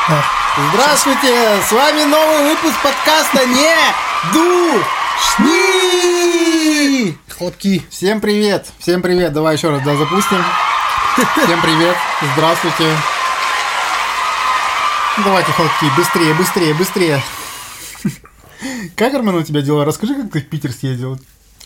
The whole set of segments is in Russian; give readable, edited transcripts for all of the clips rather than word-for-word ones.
Здравствуйте, с вами новый выпуск подкаста «Не душни». Хлопки. Всем привет, давай еще раз, запустим. Всем привет, здравствуйте. Давайте, хлопки, быстрее. Как, Армен, у тебя дела? Расскажи, как ты в Питер съездил.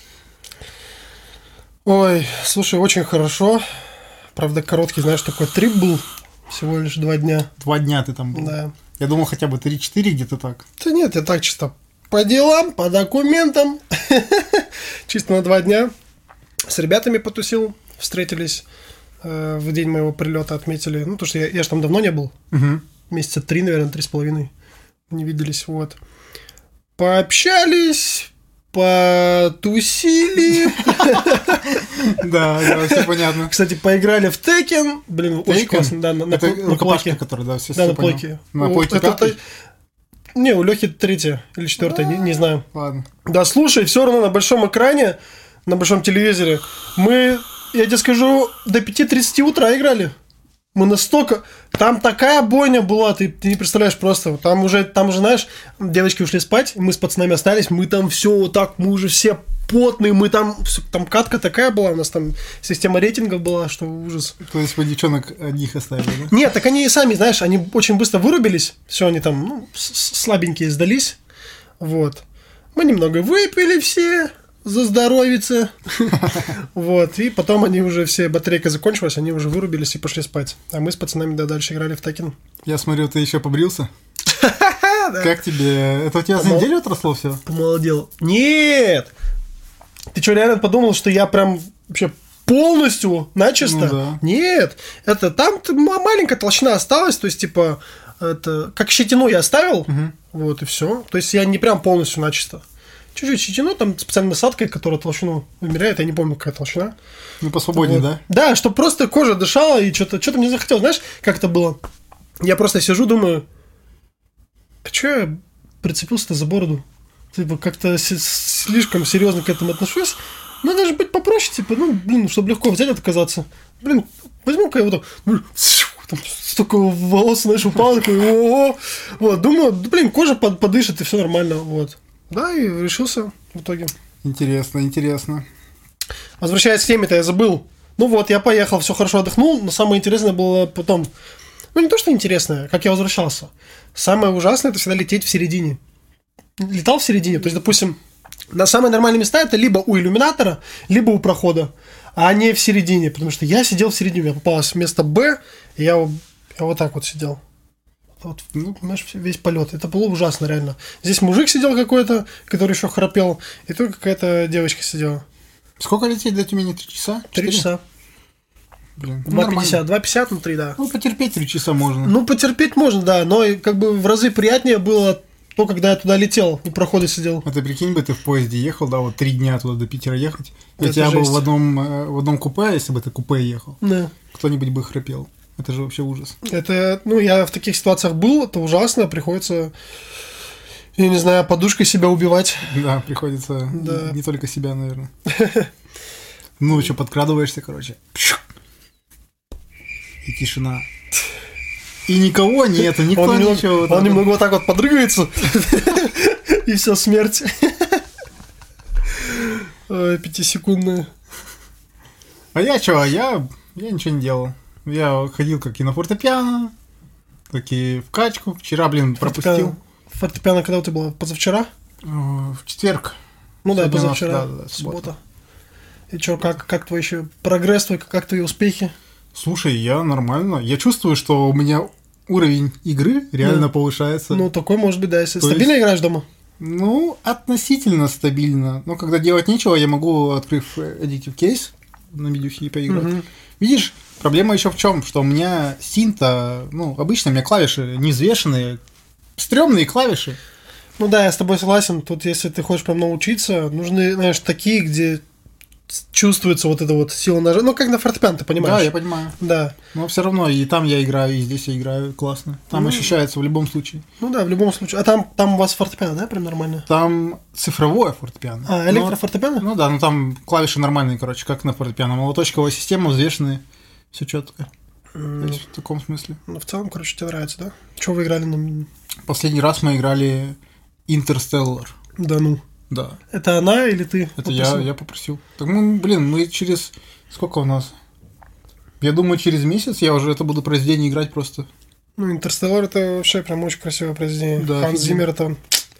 Ой, слушай, очень хорошо. Правда, короткий, знаешь, такой трип был. Всего лишь 2 дня. 2 дня ты там был? Да. Я думал, хотя бы 3-4 где-то так. Да нет, я так чисто по делам, по документам. Чисто на 2 дня. С ребятами потусил, встретились. В день моего прилета отметили. Ну, потому что я же там давно не был. Угу. Месяца 3, наверное, 3,5. Не виделись, вот. Пообщались, потусили. Да, все понятно. Кстати, поиграли в Tekken. Блин, очень классно. Да, на плойке. Который, да, все на плойке. На плойке 5? Не, у Лёхи 3 или 4, не знаю. Ладно. Да, слушай, все равно на большом экране, на большом телевизоре, мы, я тебе скажу, до 5:30 утра играли. Мы настолько... Там такая бойня была, ты не представляешь просто. Там уже, знаешь, девочки ушли спать, мы с пацанами остались, мы там все вот так, мы уже все потные, мы там катка такая была, у нас там система рейтингов была, что ужас. То есть вы девчонок одних оставили, да? Нет, так они и сами, знаешь, они очень быстро вырубились, все, они там, слабенькие сдались, вот. Мы немного выпили все... за здоровице. Вот. И потом они уже все, батарейка закончилась, они уже вырубились и пошли спать. А мы с пацанами, дальше играли в Tekken. Я смотрю, ты еще побрился? Как тебе? Это у тебя за неделю отросло все? Помолодел. Нет! Ты что, реально подумал, что я прям вообще полностью начисто? Ну, да. Нет! Это там маленькая толщина осталась, то есть, типа, это как щетину я оставил, вот и все. То есть я не прям полностью начисто. Чуть-чуть щетину, там специальной насадкой, которая толщину вымеряет, я не помню, какая толщина. Ну, посвободнее, вот. Да? Да, чтобы просто кожа дышала, и что-то мне захотелось. Знаешь, как это было? Я просто сижу, думаю, а что я прицепился-то за бороду? Типа, как-то слишком серьезно к этому отношусь. Надо же быть попроще, типа, чтобы легко взять, отказаться. Возьму-ка я вот так, там столько волос, знаешь, упало, такой, о-о-о. Вот, думаю, кожа подышит, и все нормально, вот. Да, и решился в итоге. Интересно. Возвращаясь к теме-то, я забыл. Ну вот, я поехал, все хорошо отдохнул, но самое интересное было потом. Ну, не то, что интересное, как я возвращался. Самое ужасное – это всегда лететь в середине. Летал в середине, то есть, допустим, на самые нормальные места это либо у иллюминатора, либо у прохода, а не в середине, потому что я сидел в середине, у меня попалось место Б, и я вот так вот сидел. Вот, понимаешь, весь полет. Это было ужасно, реально. Здесь мужик сидел какой-то, который еще храпел, и тут какая-то девочка сидела. Сколько лететь до Тюмени? 3 часа? 3 часа. Блин, 2,50. 2,50 внутри, да. Ну, потерпеть 3 часа можно. Ну, потерпеть можно, да, но как бы в разы приятнее было то, когда я туда летел, у прохода сидел. А ты прикинь бы, ты в поезде ехал, да, вот 3 дня туда до Питера ехать. Это у тебя жесть. был в одном купе, если бы ты купе ехал, Да. кто-нибудь бы храпел. Это же вообще ужас. Это, я в таких ситуациях был, это ужасно, приходится, я не знаю, подушкой себя убивать. Да, приходится не только себя, наверное. Ну, еще подкрадываешься, короче. И тишина. И никого нету, никто ничего. Он немного вот так вот подрыгается, и все, смерть. 5-секундная. А я что? Я ничего не делал. Я ходил как и на фортепиано, так и в качку. Вчера, пропустил. Фортепиано когда у тебя было? Позавчера? В четверг. Ну да, позавчера. Да, суббота. И что, как твой еще прогресс твой, как твои успехи? Слушай, я нормально. Я чувствую, что у меня уровень игры реально повышается. Ну, такой может быть, да. Если стабильно играешь дома? Ну, относительно стабильно. Но когда делать нечего, я могу, открыв Addictive Case, на видюхе поиграть. Угу. Видишь, проблема еще в чем, что у меня синта, обычно у меня клавиши не взвешенные, стрёмные клавиши. Ну да, я с тобой согласен. Тут, если ты хочешь прям научиться, нужны, знаешь, такие, где чувствуется вот эта вот сила нажатия. Ну, как на фортепиано, ты понимаешь? Да, я понимаю. Да. Но все равно и там я играю, и здесь я играю классно. Там ощущается в любом случае. Ну да, в любом случае. А там у вас фортепиано, да, прям нормально? Там цифровое фортепиано. А, электрофортепиано? Ну да, там клавиши нормальные, короче, как на фортепиано. Молоточковая система, взвешенные, все четко. То есть в таком смысле. Ну, в целом, короче, тебе нравится, да? Чего вы играли на... Последний раз мы играли Interstellar. Да ну. Да. Это она или ты? Это я попросил. Так, мы через... Сколько у нас? Я думаю, через месяц я уже это буду произведение играть просто. Ну, Интерстеллар это вообще прям очень красивое произведение. Да, Ханс Зиммер это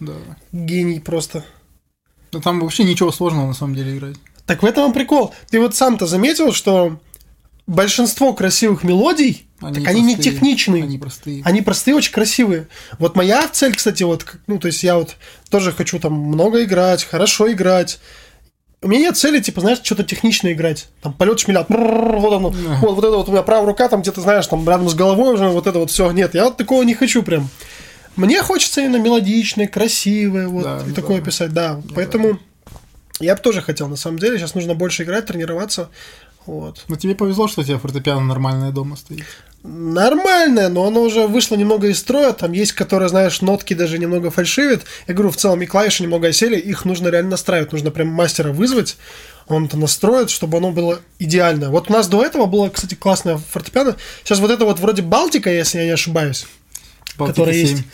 гений просто. Да там вообще ничего сложного на самом деле играть. Так в этом прикол. Ты вот сам-то заметил, что большинство красивых мелодий, они не техничные. Они простые. Они простые, очень красивые. Вот моя цель, кстати, вот, ну, то есть я вот тоже хочу там много играть, хорошо играть. У меня нет цели, типа, знаешь, что-то технично играть. Там полет шмеля, вот оно, вот это вот у меня правая рука, там где-то, знаешь, там рядом с головой уже вот это вот все. Нет, я вот такого не хочу прям. Мне хочется именно мелодичное, красивое, вот, да, и такое писать, да. Поэтому я бы тоже хотел, на самом деле. Сейчас нужно больше играть, тренироваться. Вот. Ну, тебе повезло, что у тебя фортепиано нормальное дома стоит. Нормальное, но оно уже вышло немного из строя. Там есть, которые, знаешь, нотки даже немного фальшивят. Я говорю, в целом и клавиши немного осели. Их нужно реально настраивать. Нужно прям мастера вызвать. Он это настроит, чтобы оно было идеально. Вот у нас до этого было, кстати, классное фортепиано. Сейчас вот это вот вроде Балтика, если я не ошибаюсь. Балтика 7. Есть.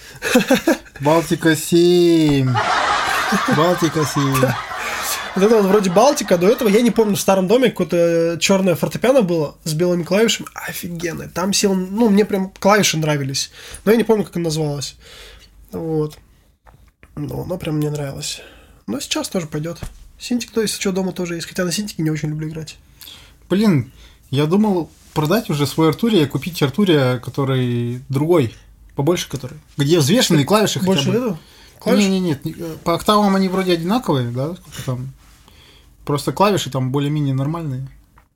Балтика 7. Балтика 7. Вот это вот вроде Балтика, до этого, я не помню, в старом доме какое-то черное фортепиано было с белыми клавишами, офигенно. Там сел, ну, мне прям клавиши нравились, но я не помню, как оно называлось. Вот. Но оно прям мне нравилось. Но сейчас тоже пойдет. Синтик, то есть, что дома тоже есть, хотя на синтике не очень люблю играть. Блин, я думал продать уже свой Артурия, купить Артурия, который другой, побольше который, где взвешенные клавиши хотя бы. Больше этого? Нет, по октавам они вроде одинаковые, да, сколько там. Просто клавиши там более-менее нормальные.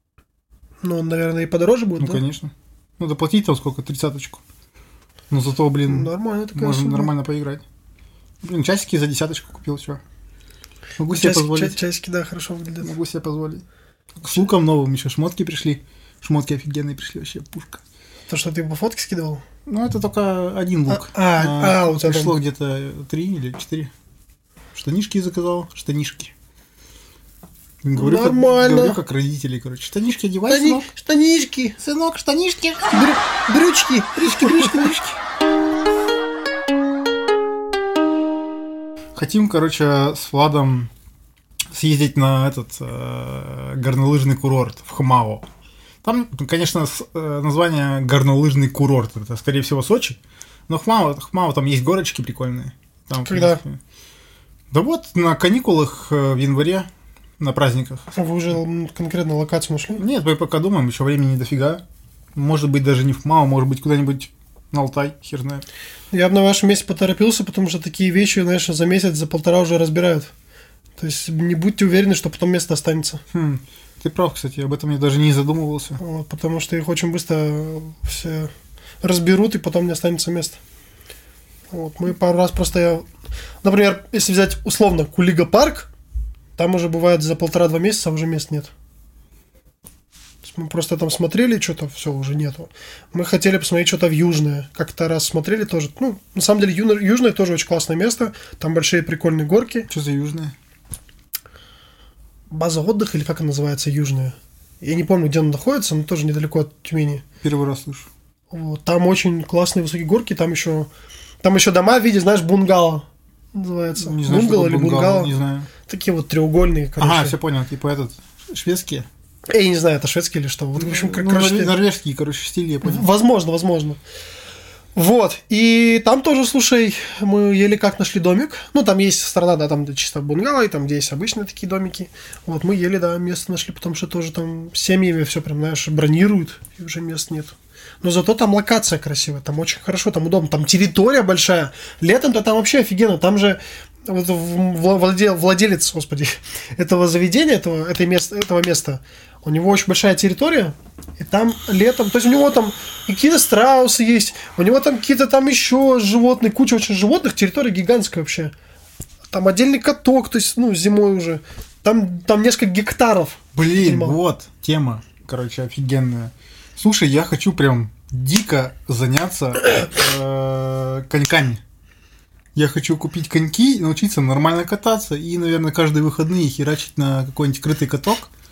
Ну, наверное, и подороже будет, да? Ну, конечно. Ну, доплатить там сколько, 30-очку. Но зато, блин, нормально, можно нормально поиграть. Блин, часики за 10-очку купил, что? Могу себе позволить. Часики, да, хорошо выглядят. Могу себе позволить. С луком новым еще шмотки пришли. Шмотки офигенные пришли, вообще пушка. То, что ты по фотке скидывал? Ну, это только один лук. у тебя пришло там... где-то 3 или 4. Штанишки заказал, штанишки. Говорю, нормально. Говорю, как родители, короче. Штанишки одевай, сынок. Штанишки. Сынок, штанишки. Брючки. Брючки. Хотим, короче, с Владом съездить на этот горнолыжный курорт в Хмао. Там, конечно, название горнолыжный курорт. Это, скорее всего, Сочи. Но Хмао там есть горочки прикольные. Там, когда? Да вот, на каникулах в январе. На праздниках. Вы уже конкретно локацию нашли? Нет, мы пока думаем, еще времени дофига. Может быть, даже не в Хмао, может быть, куда-нибудь на Алтай, хер знает. Я бы на вашем месте поторопился, потому что такие вещи, знаешь, за месяц, за полтора уже разбирают. То есть не будьте уверены, что потом место останется. Ты прав, кстати, об этом я даже не задумывался. Вот, потому что их очень быстро все разберут, и потом не останется места. Вот, мы пару раз просто... Например, если взять условно Кулига парк, там уже бывает за 1,5-2 месяца, а уже мест нет. Мы просто там смотрели, что-то все уже нету. Мы хотели посмотреть что-то в Южное. Как-то раз смотрели тоже. Ну, на самом деле, Южное тоже очень классное место. Там большие прикольные горки. Что за Южное? База отдыха, или как она называется, Южная. Я не помню, где она находится, но тоже недалеко от Тюмени. Первый раз слышу. Вот, там очень классные высокие горки. Там еще дома в виде, знаешь, бунгало. Называется. Не знаю, бунгало или бунгало. Не знаю. Такие вот треугольные, короче. Ага, все понял, типа этот, шведские? Я не знаю, это шведские или что. Вот, в общем, норвежские, короче, стиль, я понял. Возможно. Вот, и там тоже, слушай, мы еле как нашли домик. Ну, там есть сторона, да, там чисто бунгало, и там, где есть обычные такие домики. Вот, мы еле, да, место нашли, потому что тоже там семьями все прям, знаешь, бронируют, и уже мест нет. Но зато там локация красивая, там очень хорошо, там удобно, там территория большая. Летом-то там вообще офигенно, там же вот владелец, господи, этого заведения, этого места, у него очень большая территория, и там летом, то есть у него там какие-то страусы есть, у него там какие-то там еще животные, куча очень животных, территория гигантская вообще. Там отдельный каток, то есть, ну, зимой уже, там несколько гектаров. Блин, вот тема, короче, офигенная. Слушай, я хочу прям дико заняться коньками. Я хочу купить коньки, научиться нормально кататься и, наверное, каждые выходные херачить на какой-нибудь крытый каток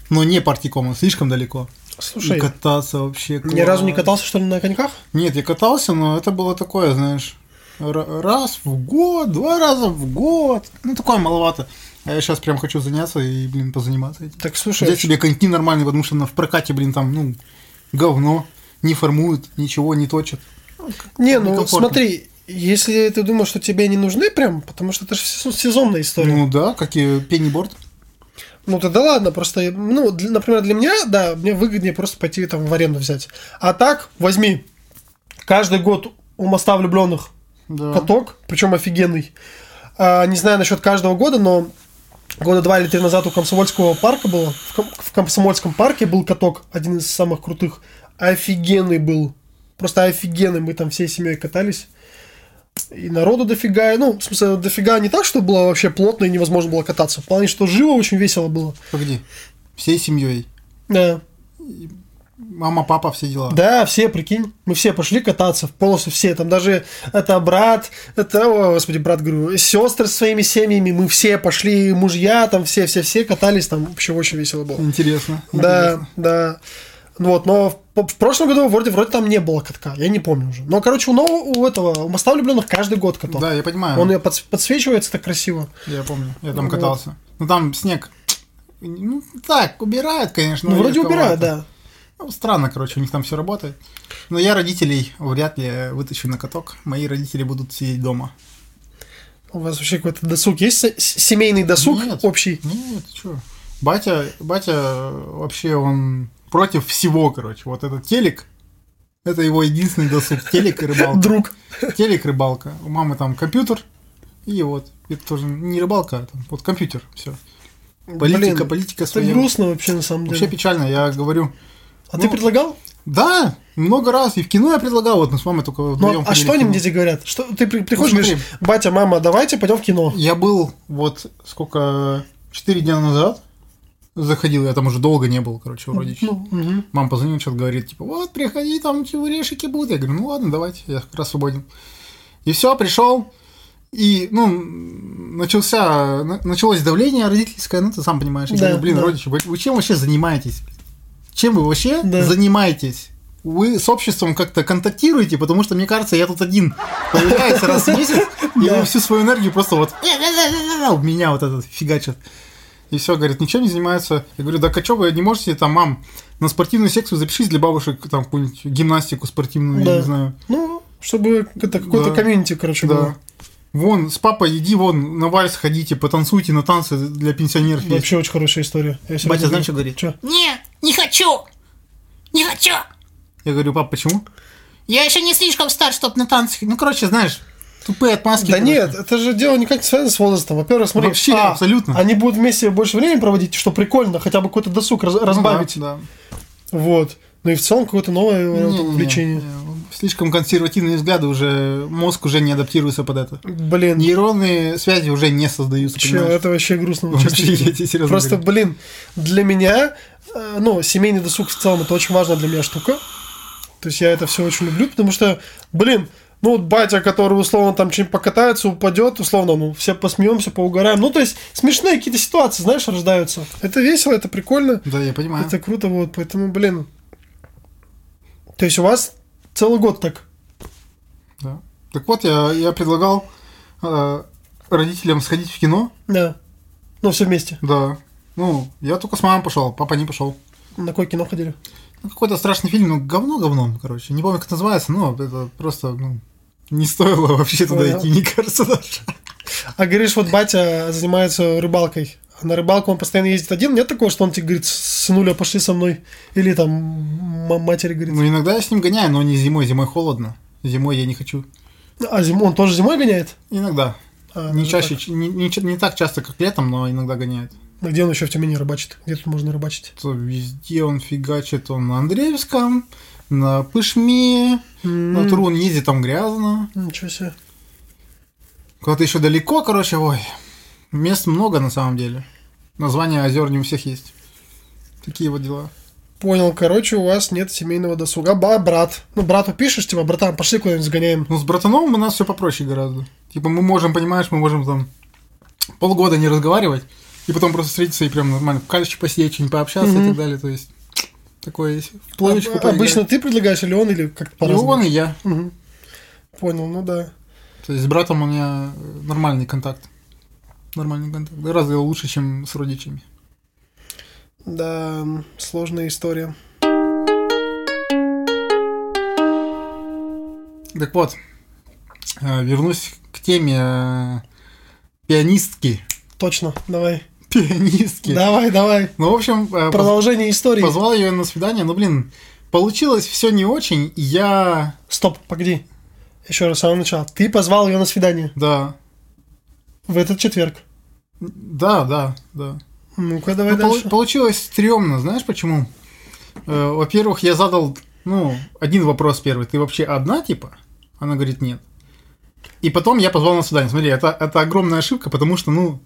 Но не партиком, он слишком далеко. Слушай, и кататься вообще ни разу не катался, что ли, на коньках? Нет, я катался, но это было такое, знаешь, раз в год, 2 раза в год. Ну, такое маловато. А я сейчас прям хочу заняться и, позаниматься этим. Так, слушай... Взять себе коньки нормальные, потому что в прокате, там, говно, не формуют, ничего не точат. Не, ну, смотри, если ты думаешь, что тебе не нужны прям, потому что это же сезонная история. Ну, да, как и пенниборд. Ну, тогда ладно, просто, например, для меня, да, мне выгоднее просто пойти там в аренду взять. А так, возьми, каждый год у моста влюбленных каток, причем офигенный. Не знаю насчет каждого года, но года 2 или 3 назад у Комсомольского парка было, в Комсомольском парке был каток, один из самых крутых, офигенный был, просто офигенный, мы там всей семьей катались. И народу дофига, в смысле, дофига не так, что было вообще плотно и невозможно было кататься. В плане, что живо, очень весело было. Погоди, всей семьей? Да. Мама, папа, все дела? Да, все, прикинь, мы все пошли кататься, полностью все, там даже брат, говорю, сестры со своими семьями, мы все пошли, мужья, там все катались, там вообще очень весело было. Интересно. Да. Вот, но в прошлом году вроде там не было катка, я не помню уже. Но, короче, у моста влюбленных каждый год каток. Да, я понимаю. Он подсвечивается так красиво. Я помню, я там катался. Ну, там снег, так, убирают, конечно. Ну, вроде убирают, да. Странно, у них там все работает. Но я родителей вряд ли вытащу на каток. Мои родители будут сидеть дома. У вас вообще какой-то досуг есть? Семейный досуг общий? Нет, что? Батя вообще, он против всего, Вот этот телек, это его единственный досуг. Телек и рыбалка. Друг. Телек, рыбалка. У мамы там компьютер, и это тоже не рыбалка, а там компьютер, все. Политика своя. Это грустно вообще, на самом деле. Вообще печально, я говорю. А ты предлагал? Да, много раз. И в кино я предлагал, мы с мамой только вдвоем. А что они дети говорят? Что ты приходишь и говоришь, батя, мама, давайте пойдем в кино. Я был 4 дня назад заходил, я там уже долго не был, у родичей. Мама позвонила, что-то говорит, приходи, там чебурешки будут. Я говорю, ладно, давайте, я как раз свободен. И все, пришел. И, началось давление родительское, ты сам понимаешь. Я говорю, родичи, вы чем вообще занимаетесь? Чем вы вообще занимаетесь? Вы с обществом как-то контактируете, потому что, мне кажется, я тут один появляюсь раз в месяц, и вы всю свою энергию просто в меня фигачат. И все, говорят, ничем не занимаются. Я говорю, да что вы не можете, мам, на спортивную секцию запишись для бабушек, какую-нибудь гимнастику спортивную, я не знаю. Чтобы это какое-то комьюнити, было. Вон, с папой иди на вальс ходите, потанцуйте на танцы для пенсионеров. Вообще очень хорошая история. Батя, знаешь, что говорит? Нет, не хочу! Не хочу! Я говорю, пап, почему? Я еще не слишком стар, чтобы на танцы. Знаешь, тупые отмазки. Да нет, это же дело никак не связано с возрастом. Во-первых, смотри, вообще, абсолютно. Они будут вместе больше времени проводить, что прикольно, хотя бы какой-то досуг разбавить. Да. Вот. Ну и в целом какое-то новое увлечение. Слишком консервативные взгляды, уже мозг уже не адаптируется под это. Блин. Нейронные связи уже не создаются. Это вообще грустно. Вообще, я тебе серьезно Просто, для меня, семейный досуг в целом это очень важная для меня штука. То есть я это все очень люблю, потому что, батя, который условно там что-нибудь покатается, упадет, условно, все посмеемся, поугараем. То есть смешные какие-то ситуации, знаешь, рождаются. Это весело, это прикольно. Да, я понимаю. Это круто, поэтому, То есть у вас целый год так? Да. Так я предлагал родителям сходить в кино. Да. Все вместе. Да. Я только с мамой пошел, папа не пошел. На какое кино ходили? Какой-то страшный фильм, говном, Не помню, как называется, это просто, не стоило вообще туда идти, мне кажется, даже. А говоришь, батя занимается рыбалкой. А на рыбалку он постоянно ездит один? Нет такого, что он тебе говорит, сынуля, пошли со мной? Или там матери говорит? Иногда я с ним гоняю, но не зимой. Зимой холодно. Зимой я не хочу. А он тоже зимой гоняет? Иногда. Не чаще, не так часто, как летом, но иногда гоняет. А где он еще в Тюмени рыбачит? Где тут можно рыбачить? Везде он фигачит. Он на Андреевском, на Пышме. На Туру он ездит, там грязно. Ничего себе. Куда-то еще далеко, мест много на самом деле. Названия озер не у всех есть. Такие дела. Понял, у вас нет семейного досуга. Брат. Брату пишешь, братан, пошли куда-нибудь сгоняем. С братаном у нас все попроще гораздо. Мы можем там полгода не разговаривать, и потом просто встретиться и прям нормально в кальче посидеть, что-нибудь пообщаться и так далее. То есть такое есть. В плавочку Обычно ты предлагаешь или он, или как-то и по-разному? он, и я. Мгм. Понял, ну да. То есть с братом у меня нормальный контакт. Нормальный контакт. Гораздо лучше, чем с родичами. Да, сложная история. Так вот, вернусь к теме пианистки. Точно, давай. Пианистки. Давай. Ну, в общем, Продолжение истории. позвал ее на свидание, но, блин, получилось все не очень, и я... Стоп, погоди. Еще раз, с самого начала. Ты позвал ее на свидание Да, в этот четверг. да. Ну-ка, давай Ну, дальше. получилось стрёмно, знаешь почему? Во-первых, я задал, один вопрос первый. Ты вообще одна, типа? Она говорит, нет. И потом я позвал на свидание. Смотри, это огромная ошибка, потому что,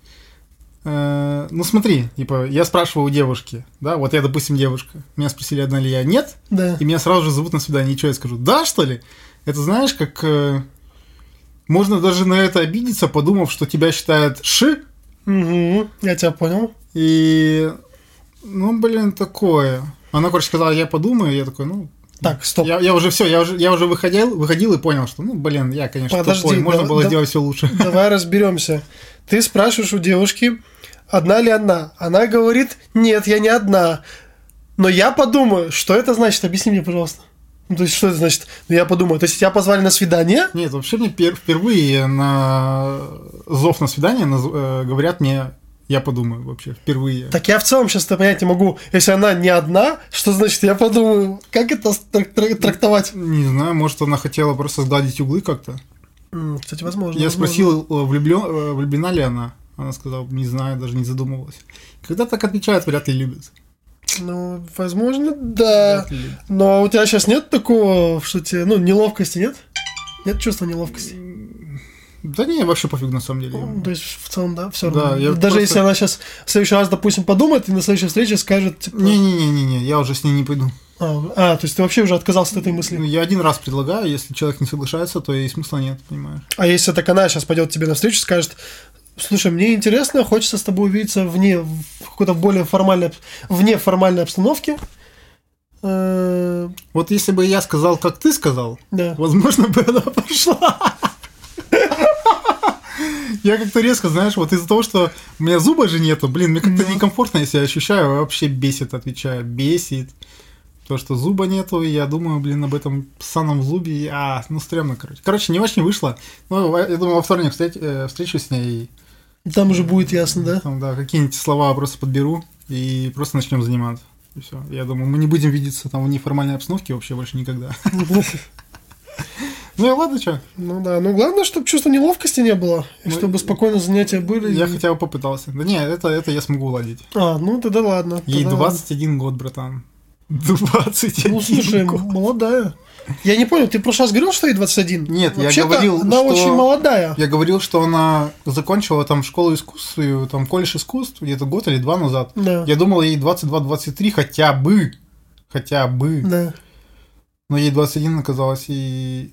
смотри, типа, я спрашиваю у девушки, да, вот я, допустим, девушка, меня спросили, одна ли я, нет, Да. и меня сразу же зовут на свидание, и что я скажу, да, что ли? Это знаешь, как можно даже на это обидеться, подумав, что тебя считают Угу, я тебя понял. и, такое. Она, короче, сказала, я подумаю, я такой, Так, стоп. я уже все, я уже выходил и понял, что, я, конечно, Подожди, тупой, можно было да- сделать все лучше. Давай разберемся. Ты спрашиваешь у девушки, одна ли она. Она говорит, нет, я не одна. Но я подумаю, что это значит? Объясни мне, пожалуйста. Ну, то есть, что это значит? Ну, я подумаю. То есть, тебя позвали на свидание? Нет, вообще мне впервые на зов на свидание говорят мне, я подумаю вообще, впервые. Так я в целом сейчас это понять не могу. Если она не одна, что значит я подумаю? Как это трактовать? Не знаю, может, она хотела просто сгладить углы как-то. Кстати, возможно. Я возможно. спросил, влюблена ли она. Она сказала, не знаю, даже не задумывалась. Когда так отвечают, вряд ли любят. Ну, возможно, да. Вряд ли любят. Но у тебя сейчас нет такого, что тебе, неловкости, нет? Нет чувства неловкости? Да не, вообще пофиг на самом деле. То есть, в целом, да, все Да, равно. я Даже просто- если она сейчас в следующий раз, допустим, подумает и на следующей встрече скажет, типа... Не, я уже с ней не пойду. то есть ты вообще уже отказался от этой мысли. Я один раз предлагаю, если человек не соглашается, то и смысла нет, понимаешь? А если так она сейчас пойдет тебе навстречу и скажет, слушай, мне интересно, хочется с тобой увидеться в какой-то более вне формальной обстановке. Вот если бы я сказал, как ты сказал, Да. возможно, бы она пошла. Я как-то резко, знаешь, вот из-за того, что у меня зуба же нету, мне как-то некомфортно, я себя ощущаю, вообще бесит, отвечаю, бесит. То, что зуба нету, и я думаю, об этом ссаном зубе, стрёмно, короче. Короче, не очень вышло. Я думаю, во вторник встречусь с ней, И там уже будет ясно, да? там, да, какие-нибудь слова просто подберу, и просто начнем заниматься. И все. Я думаю, мы не будем видеться там в неформальной обстановке вообще больше никогда. Ну и ладно, что. Ну да, главное, чтобы чувства неловкости не было, и чтобы спокойно занятия были. Я хотя бы попытался. Да не, это я смогу уладить. Тогда ладно. Ей тогда 21 год, братан. 21 ладно. Слушай, год. молодая. Я не понял, ты в прошлый раз говорил, что ей 21? Нет, я Вообще-то говорил, она что... очень молодая. Я говорил, что она закончила там школу искусств, там колледж искусств где-то год или два назад. Да. Я думал, ей 22-23 хотя бы. Да. Но ей 21 оказалось, и...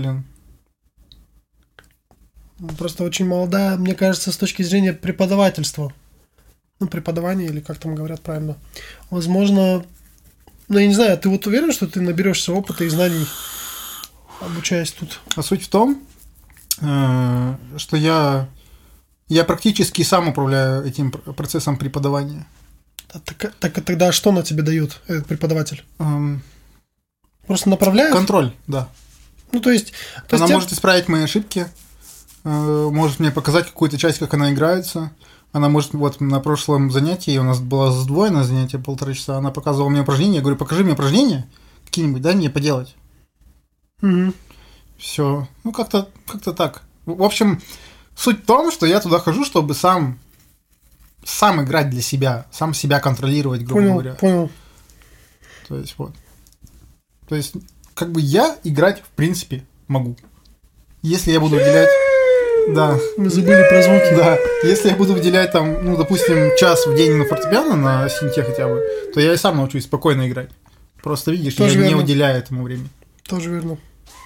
Просто очень молодая, мне кажется, с точки зрения преподавательства. Преподавания, или как там говорят правильно. Возможно, я не знаю, ты вот уверен, что ты наберешься опыта и знаний, обучаясь тут? А суть в том, что я практически сам управляю этим процессом преподавания. Так тогда что на тебе дает этот преподаватель? Эм, Просто направляет? Контроль, да. То есть Она тебя- может исправить мои ошибки, может мне показать какую-то часть, как она играется. Она может, вот на прошлом занятии, у нас было сдвоенное занятие 1,5 часа, она показывала мне упражнения, я говорю, покажи мне упражнения какие-нибудь, дай мне поделать. Мгм. Все, как-то так. В общем, суть в том, что я туда хожу, чтобы сам играть для себя, сам себя контролировать, грубо говоря. Понял. То есть, как бы я играть, в принципе, могу. Если я буду уделять... Да. Мы забыли про звуки. Да. Если я буду выделять там, допустим, час в день на фортепиано, на синте хотя бы, то я и сам научусь спокойно играть. Просто видишь, Тоже я не верно. уделяю этому времени. Тоже верно.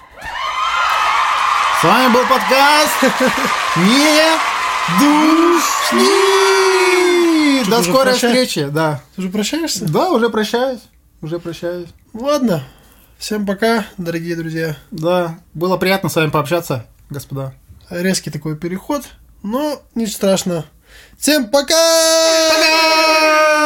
С вами был подкаст «Не душни». До уже скорой прощай- встречи, да. Ты уже прощаешься? Да, уже прощаюсь. Уже прощаюсь. Ладно. Всем пока, дорогие друзья. Да, было приятно с вами пообщаться, господа. Резкий такой переход, но ничего страшного. Всем пока! Пока!